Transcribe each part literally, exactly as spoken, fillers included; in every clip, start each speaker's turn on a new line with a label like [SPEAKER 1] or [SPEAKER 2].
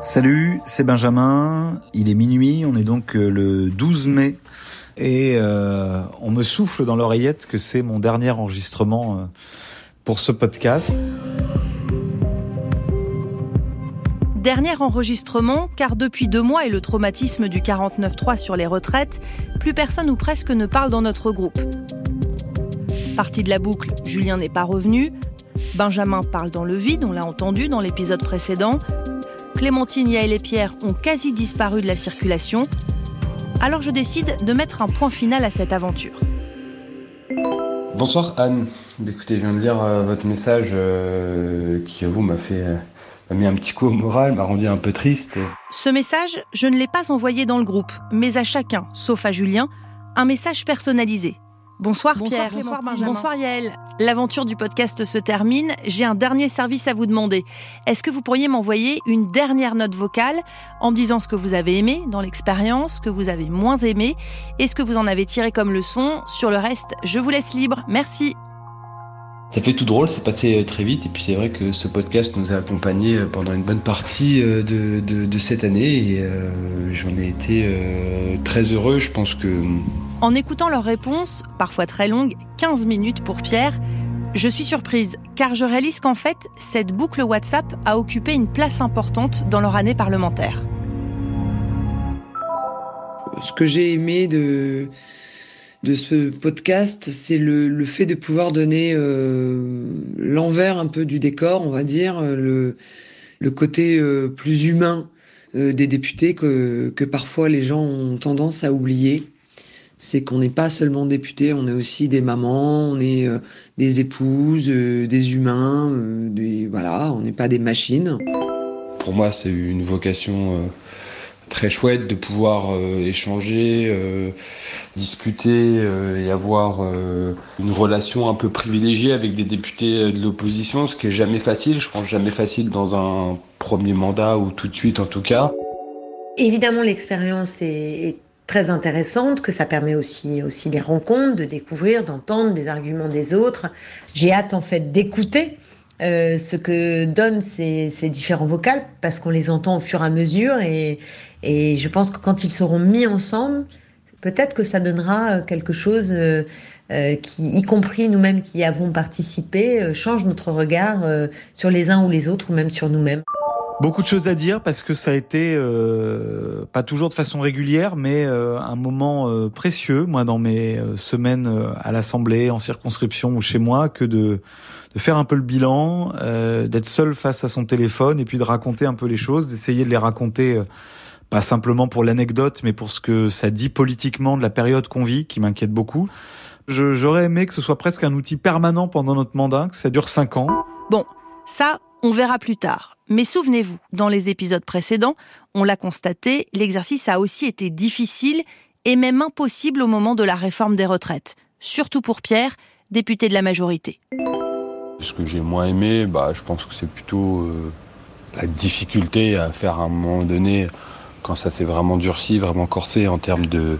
[SPEAKER 1] Salut, c'est Benjamin, il est minuit, on est donc le douze mai et euh, on me souffle dans l'oreillette que c'est mon dernier enregistrement euh, pour ce podcast.
[SPEAKER 2] Dernier enregistrement, car depuis deux mois et le traumatisme du quarante-neuf trois sur les retraites, plus personne ou presque ne parle dans notre groupe. Parti de la boucle, Julien n'est pas revenu. Benjamin parle dans le vide, on l'a entendu dans l'épisode précédent. Clémentine, Yael et Pierre ont quasi disparu de la circulation. Alors je décide de mettre un point final à cette aventure.
[SPEAKER 3] Bonsoir Anne. Écoutez, je viens de lire euh, votre message euh, qui, j'avoue, m'a fait... Euh... m'a mis un petit coup au moral, m'a rendu un peu triste.
[SPEAKER 2] Ce message, je ne l'ai pas envoyé dans le groupe, mais à chacun, sauf à Julien, un message personnalisé. Bonsoir, Bonsoir Pierre, bonsoir Benjamin. Bonsoir Yael. L'aventure du podcast se termine, j'ai un dernier service à vous demander. Est-ce que vous pourriez m'envoyer une dernière note vocale en me disant ce que vous avez aimé dans l'expérience, ce que vous avez moins aimé et ce que vous en avez tiré comme leçon. Sur le reste, je vous laisse libre. Merci.
[SPEAKER 3] Ça fait tout drôle, c'est passé très vite et puis c'est vrai que ce podcast nous a accompagnés pendant une bonne partie de, de, de cette année et euh, j'en ai été euh, très heureux. Je pense que...
[SPEAKER 2] En écoutant leurs réponses, parfois très longues, quinze minutes pour Pierre, je suis surprise car je réalise qu'en fait, cette boucle WhatsApp a occupé une place importante dans leur année parlementaire.
[SPEAKER 4] Ce que j'ai aimé de... de ce podcast, c'est le, le fait de pouvoir donner euh, l'envers un peu du décor, on va dire, le, le côté euh, plus humain euh, des députés que, que parfois les gens ont tendance à oublier. C'est qu'on n'est pas seulement députés, on est aussi des mamans, on est euh, des épouses, euh, des humains, euh, des, voilà, on n'est pas des machines.
[SPEAKER 3] Pour moi, c'est une vocation... Euh... très chouette de pouvoir euh, échanger, euh, discuter euh, et avoir euh, une relation un peu privilégiée avec des députés de l'opposition, ce qui est jamais facile, je pense jamais facile dans un premier mandat ou tout de suite en tout cas.
[SPEAKER 5] Évidemment, l'expérience est, est très intéressante, que ça permet aussi, aussi des rencontres, de découvrir, d'entendre des arguments des autres. J'ai hâte en fait d'écouter Euh, ce que donnent ces, ces différents vocals, parce qu'on les entend au fur et à mesure, et, et je pense que quand ils seront mis ensemble, peut-être que ça donnera quelque chose euh, euh, qui, y compris nous-mêmes qui y avons participé, euh, change notre regard euh, sur les uns ou les autres, ou même sur nous-mêmes.
[SPEAKER 1] Beaucoup de choses à dire parce que ça a été, euh, pas toujours de façon régulière, mais euh, un moment euh, précieux, moi, dans mes euh, semaines euh, à l'Assemblée, en circonscription ou chez moi, que de... de faire un peu le bilan, euh, d'être seul face à son téléphone et puis de raconter un peu les choses, d'essayer de les raconter euh, pas simplement pour l'anecdote, mais pour ce que ça dit politiquement de la période qu'on vit, qui m'inquiète beaucoup. Je, j'aurais aimé que ce soit presque un outil permanent pendant notre mandat, que ça dure cinq ans.
[SPEAKER 2] Bon, ça, on verra plus tard. Mais souvenez-vous, dans les épisodes précédents, on l'a constaté, l'exercice a aussi été difficile et même impossible au moment de la réforme des retraites. Surtout pour Pierre, député de la majorité.
[SPEAKER 3] Ce que j'ai moins aimé, bah, je pense que c'est plutôt euh, la difficulté à faire à un moment donné, quand ça s'est vraiment durci, vraiment corsé en termes de,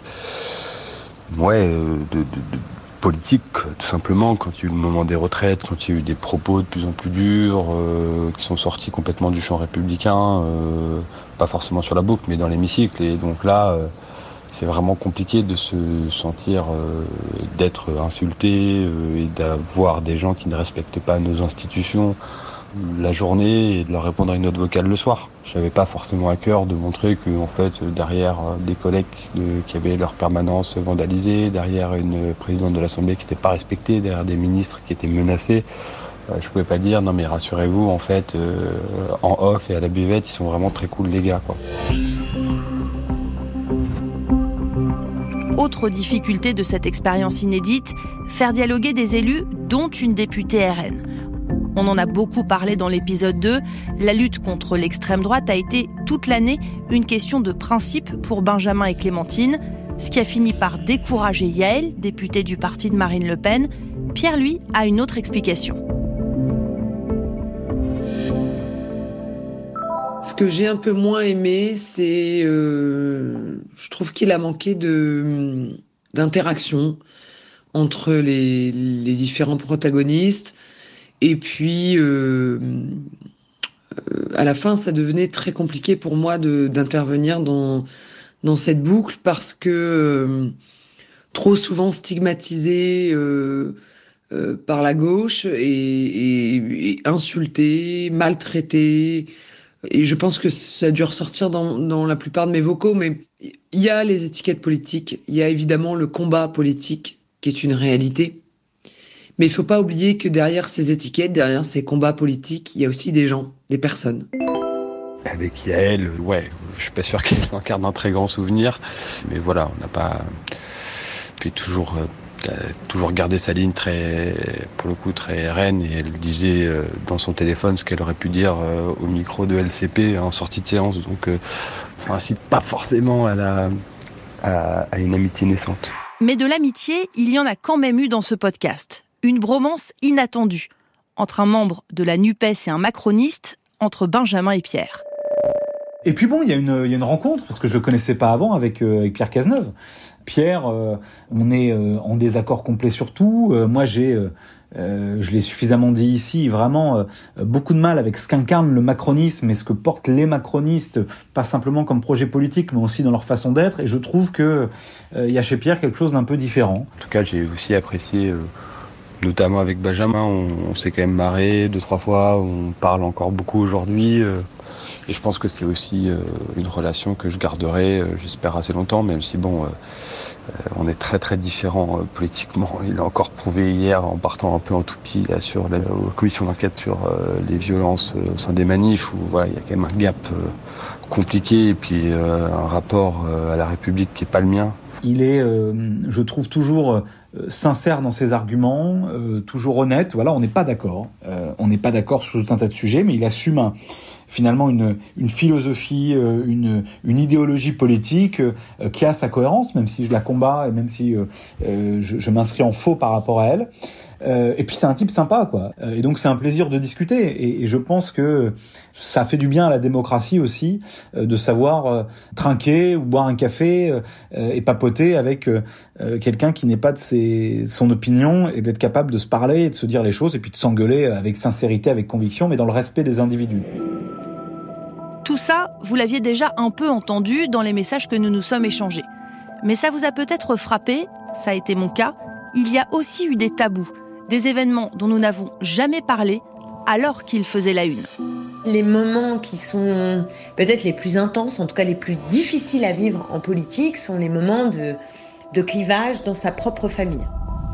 [SPEAKER 3] ouais, de, de, de politique, tout simplement, quand il y a eu le moment des retraites, quand il y a eu des propos de plus en plus durs, euh, qui sont sortis complètement du champ républicain, euh, pas forcément sur la boucle, mais dans l'hémicycle. Et donc là, euh, c'est vraiment compliqué de se sentir, euh, d'être insulté euh, et d'avoir des gens qui ne respectent pas nos institutions la journée et de leur répondre à une note vocale le soir. Je n'avais pas forcément à cœur de montrer que, en fait, derrière des collègues de, qui avaient leur permanence vandalisée, derrière une présidente de l'Assemblée qui n'était pas respectée, derrière des ministres qui étaient menacés, euh, je ne pouvais pas dire non mais rassurez-vous, en fait, euh, en off et à la buvette, ils sont vraiment très cool les gars, quoi.
[SPEAKER 2] Autre difficulté de cette expérience inédite, faire dialoguer des élus, dont une députée R N. On en a beaucoup parlé dans l'épisode deux, la lutte contre l'extrême droite a été toute l'année une question de principe pour Benjamin et Clémentine, ce qui a fini par décourager Yael, députée du parti de Marine Le Pen. Pierre, lui, a une autre explication.
[SPEAKER 4] Ce que j'ai un peu moins aimé, c'est... Euh, je trouve qu'il a manqué de, d'interaction entre les, les différents protagonistes. Et puis, euh, euh, à la fin, ça devenait très compliqué pour moi de, d'intervenir dans, dans cette boucle parce que euh, trop souvent stigmatisé euh, euh, par la gauche et, et, et insulté, maltraité. Et je pense que ça a dû ressortir dans, dans la plupart de mes vocaux, mais il y a les étiquettes politiques, il y a évidemment le combat politique qui est une réalité. Mais il faut pas oublier que derrière ces étiquettes, derrière ces combats politiques, il y a aussi des gens, des personnes.
[SPEAKER 3] Avec Yael, ouais, je suis pas sûr qu'elle incarne un très grand souvenir, mais voilà, on n'a pas... Puis toujours... Euh... Elle a toujours gardé sa ligne très, pour le coup, très reine, et elle disait euh, dans son téléphone ce qu'elle aurait pu dire euh, au micro de L C P en sortie de séance. Donc euh, ça incite pas forcément à, la, à, à une amitié naissante.
[SPEAKER 2] Mais de l'amitié, il y en a quand même eu dans ce podcast. Une bromance inattendue entre un membre de la NUPES et un macroniste, entre Benjamin et Pierre.
[SPEAKER 1] Et puis bon, il y a une, il y a une rencontre, parce que je le connaissais pas avant, avec, euh, avec Pierre Cazeneuve. Pierre, euh, on est euh, en désaccord complet sur tout. Euh, moi, j'ai, euh, euh, je l'ai suffisamment dit ici, vraiment euh, beaucoup de mal avec ce qu'incarne le macronisme et ce que portent les macronistes, pas simplement comme projet politique, mais aussi dans leur façon d'être. Et je trouve que euh, il y a chez Pierre quelque chose d'un peu différent.
[SPEAKER 3] En tout cas, j'ai aussi apprécié... Euh... Notamment avec Benjamin, on, on s'est quand même marré deux, trois fois, on parle encore beaucoup aujourd'hui. Euh, et je pense que c'est aussi euh, une relation que je garderai, euh, j'espère, assez longtemps, même si bon, euh, euh, on est très très différents euh, politiquement. Il a encore prouvé hier en partant un peu en toupie là, sur la, la commission d'enquête sur euh, les violences euh, au sein des manifs, où voilà, il y a quand même un gap euh, compliqué et puis euh, un rapport euh, à la République qui n'est pas le mien.
[SPEAKER 1] Il est, euh, je trouve, toujours euh, sincère dans ses arguments, euh, toujours honnête. Voilà, on n'est pas d'accord. Euh, on n'est pas d'accord sur tout un tas de sujets, mais il assume un, finalement une, une philosophie, euh, une, une idéologie politique euh, qui a sa cohérence, même si je la combats et même si euh, euh, je, je m'inscris en faux par rapport à elle. Euh, et puis c'est un type sympa, quoi. Et donc c'est un plaisir de discuter. Et, et je pense que ça fait du bien à la démocratie aussi euh, de savoir euh, trinquer ou boire un café euh, et papoter avec euh, quelqu'un qui n'est pas de ses, son opinion, et d'être capable de se parler et de se dire les choses et puis de s'engueuler avec sincérité, avec conviction, mais dans le respect des individus.
[SPEAKER 2] Tout ça, vous l'aviez déjà un peu entendu dans les messages que nous nous sommes échangés. Mais ça vous a peut-être frappé, ça a été mon cas, il y a aussi eu des tabous. Des événements dont nous n'avons jamais parlé alors qu'ils faisaient la une.
[SPEAKER 5] Les moments qui sont peut-être les plus intenses, en tout cas les plus difficiles à vivre en politique, sont les moments de, de clivage dans sa propre famille.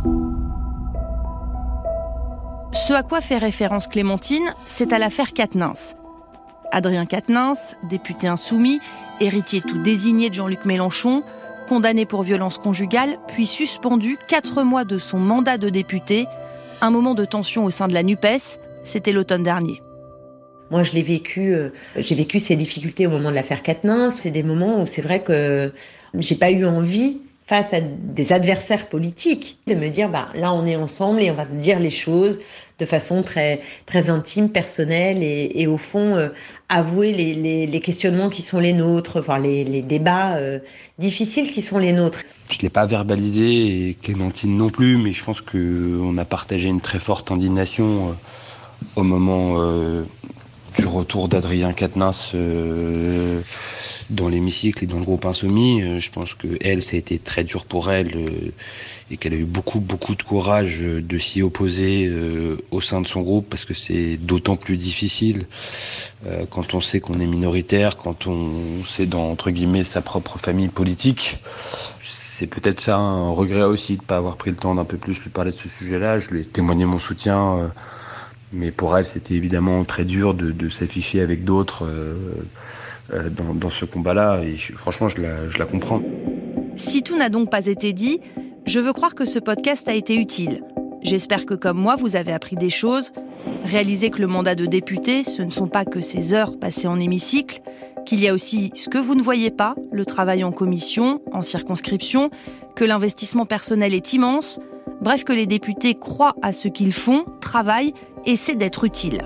[SPEAKER 2] Ce à quoi fait référence Clémentine, c'est à l'affaire Quatennens. Adrien Quatennens, député insoumis, héritier tout désigné de Jean-Luc Mélenchon, condamné pour violence conjugale, puis suspendu quatre mois de son mandat de député. Un moment de tension au sein de la NUPES, c'était l'automne dernier.
[SPEAKER 5] Moi, je l'ai vécu, euh, j'ai vécu ces difficultés au moment de l'affaire Quatennens. C'est des moments où c'est vrai que j'ai pas eu envie, face à des adversaires politiques, de me dire, bah, là, on est ensemble et on va se dire les choses de façon très, très intime, personnelle et, et au fond, euh, avouer les, les, les questionnements qui sont les nôtres, voire les, les débats euh, difficiles qui sont les nôtres.
[SPEAKER 3] Je ne l'ai pas verbalisé et Clémentine non plus, mais je pense qu'on a partagé une très forte indignation euh, au moment euh, du retour d'Adrien Quatennens euh, dans l'hémicycle et dans le groupe Insoumis. Euh, je pense que elle, ça a été très dur pour elle euh, et qu'elle a eu beaucoup, beaucoup de courage de s'y opposer euh, au sein de son groupe, parce que c'est d'autant plus difficile euh, quand on sait qu'on est minoritaire, quand on sait dans, entre guillemets, sa propre famille politique. C'est peut-être ça un regret aussi de ne pas avoir pris le temps d'un peu plus lui parler de ce sujet-là. Je lui ai témoigné mon soutien, euh, mais pour elle, c'était évidemment très dur de, de s'afficher avec d'autres euh, euh, dans, dans ce combat-là. Et je, franchement, je la, je la comprends.
[SPEAKER 2] Si tout n'a donc pas été dit, je veux croire que ce podcast a été utile. J'espère que, comme moi, vous avez appris des choses, réalisé que le mandat de député, ce ne sont pas que ces heures passées en hémicycle, qu'il y a aussi ce que vous ne voyez pas, le travail en commission, en circonscription, que l'investissement personnel est immense, bref, que les députés croient à ce qu'ils font, travaillent, essaient d'être utiles.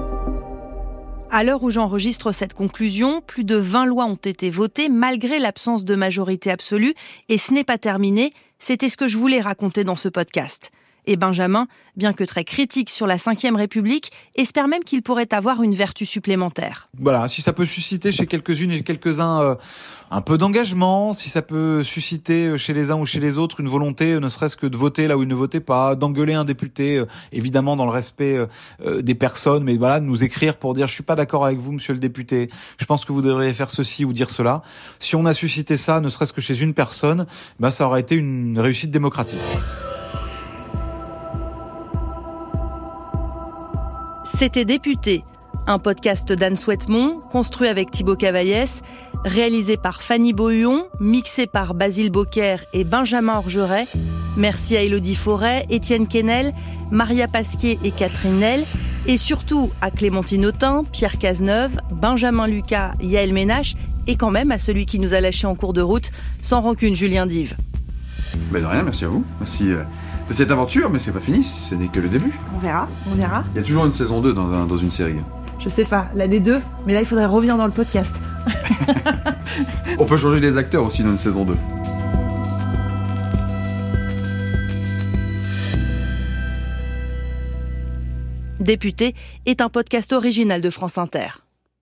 [SPEAKER 2] À l'heure où j'enregistre cette conclusion, plus de vingt lois ont été votées malgré l'absence de majorité absolue, et ce n'est pas terminé, c'était ce que je voulais raconter dans ce podcast. Et Benjamin, bien que très critique sur la cinquième République, espère même qu'il pourrait avoir une vertu supplémentaire.
[SPEAKER 1] Voilà, si ça peut susciter chez quelques-unes et quelques-uns euh, un peu d'engagement, si ça peut susciter chez les uns ou chez les autres une volonté, euh, ne serait-ce que de voter là où ils ne votaient pas, d'engueuler un député, euh, évidemment dans le respect euh, des personnes, mais voilà, de nous écrire pour dire « je suis pas d'accord avec vous, monsieur le député, je pense que vous devriez faire ceci ou dire cela ». Si on a suscité ça, ne serait-ce que chez une personne, bah, ça aurait été une réussite démocratique.
[SPEAKER 2] C'était Député, un podcast d'Anne Souhaitemont, construit avec Thibaut Cavaillès, réalisé par Fanny Beauhuon, mixé par Basile Beaucaire et Benjamin Orgeret. Merci à Élodie Forêt, Étienne Quesnel, Maria Pasquier et Catherine Nel, et surtout à Clémentine Autain, Pierre Cazeneuve, Benjamin Lucas, Yaël Ménache, et quand même à celui qui nous a lâchés en cours de route, sans rancune, Julien Dive.
[SPEAKER 6] Ben de rien, merci à vous. Merci euh, de cette aventure, mais c'est pas fini, ce n'est que le début.
[SPEAKER 2] On verra, on verra.
[SPEAKER 6] Il y a toujours une saison deux dans, un, dans une série.
[SPEAKER 2] Je sais pas, la des deux, mais là il faudrait revenir dans le podcast.
[SPEAKER 6] On peut changer les acteurs aussi dans une saison deux.
[SPEAKER 2] Député est un podcast original de France Inter.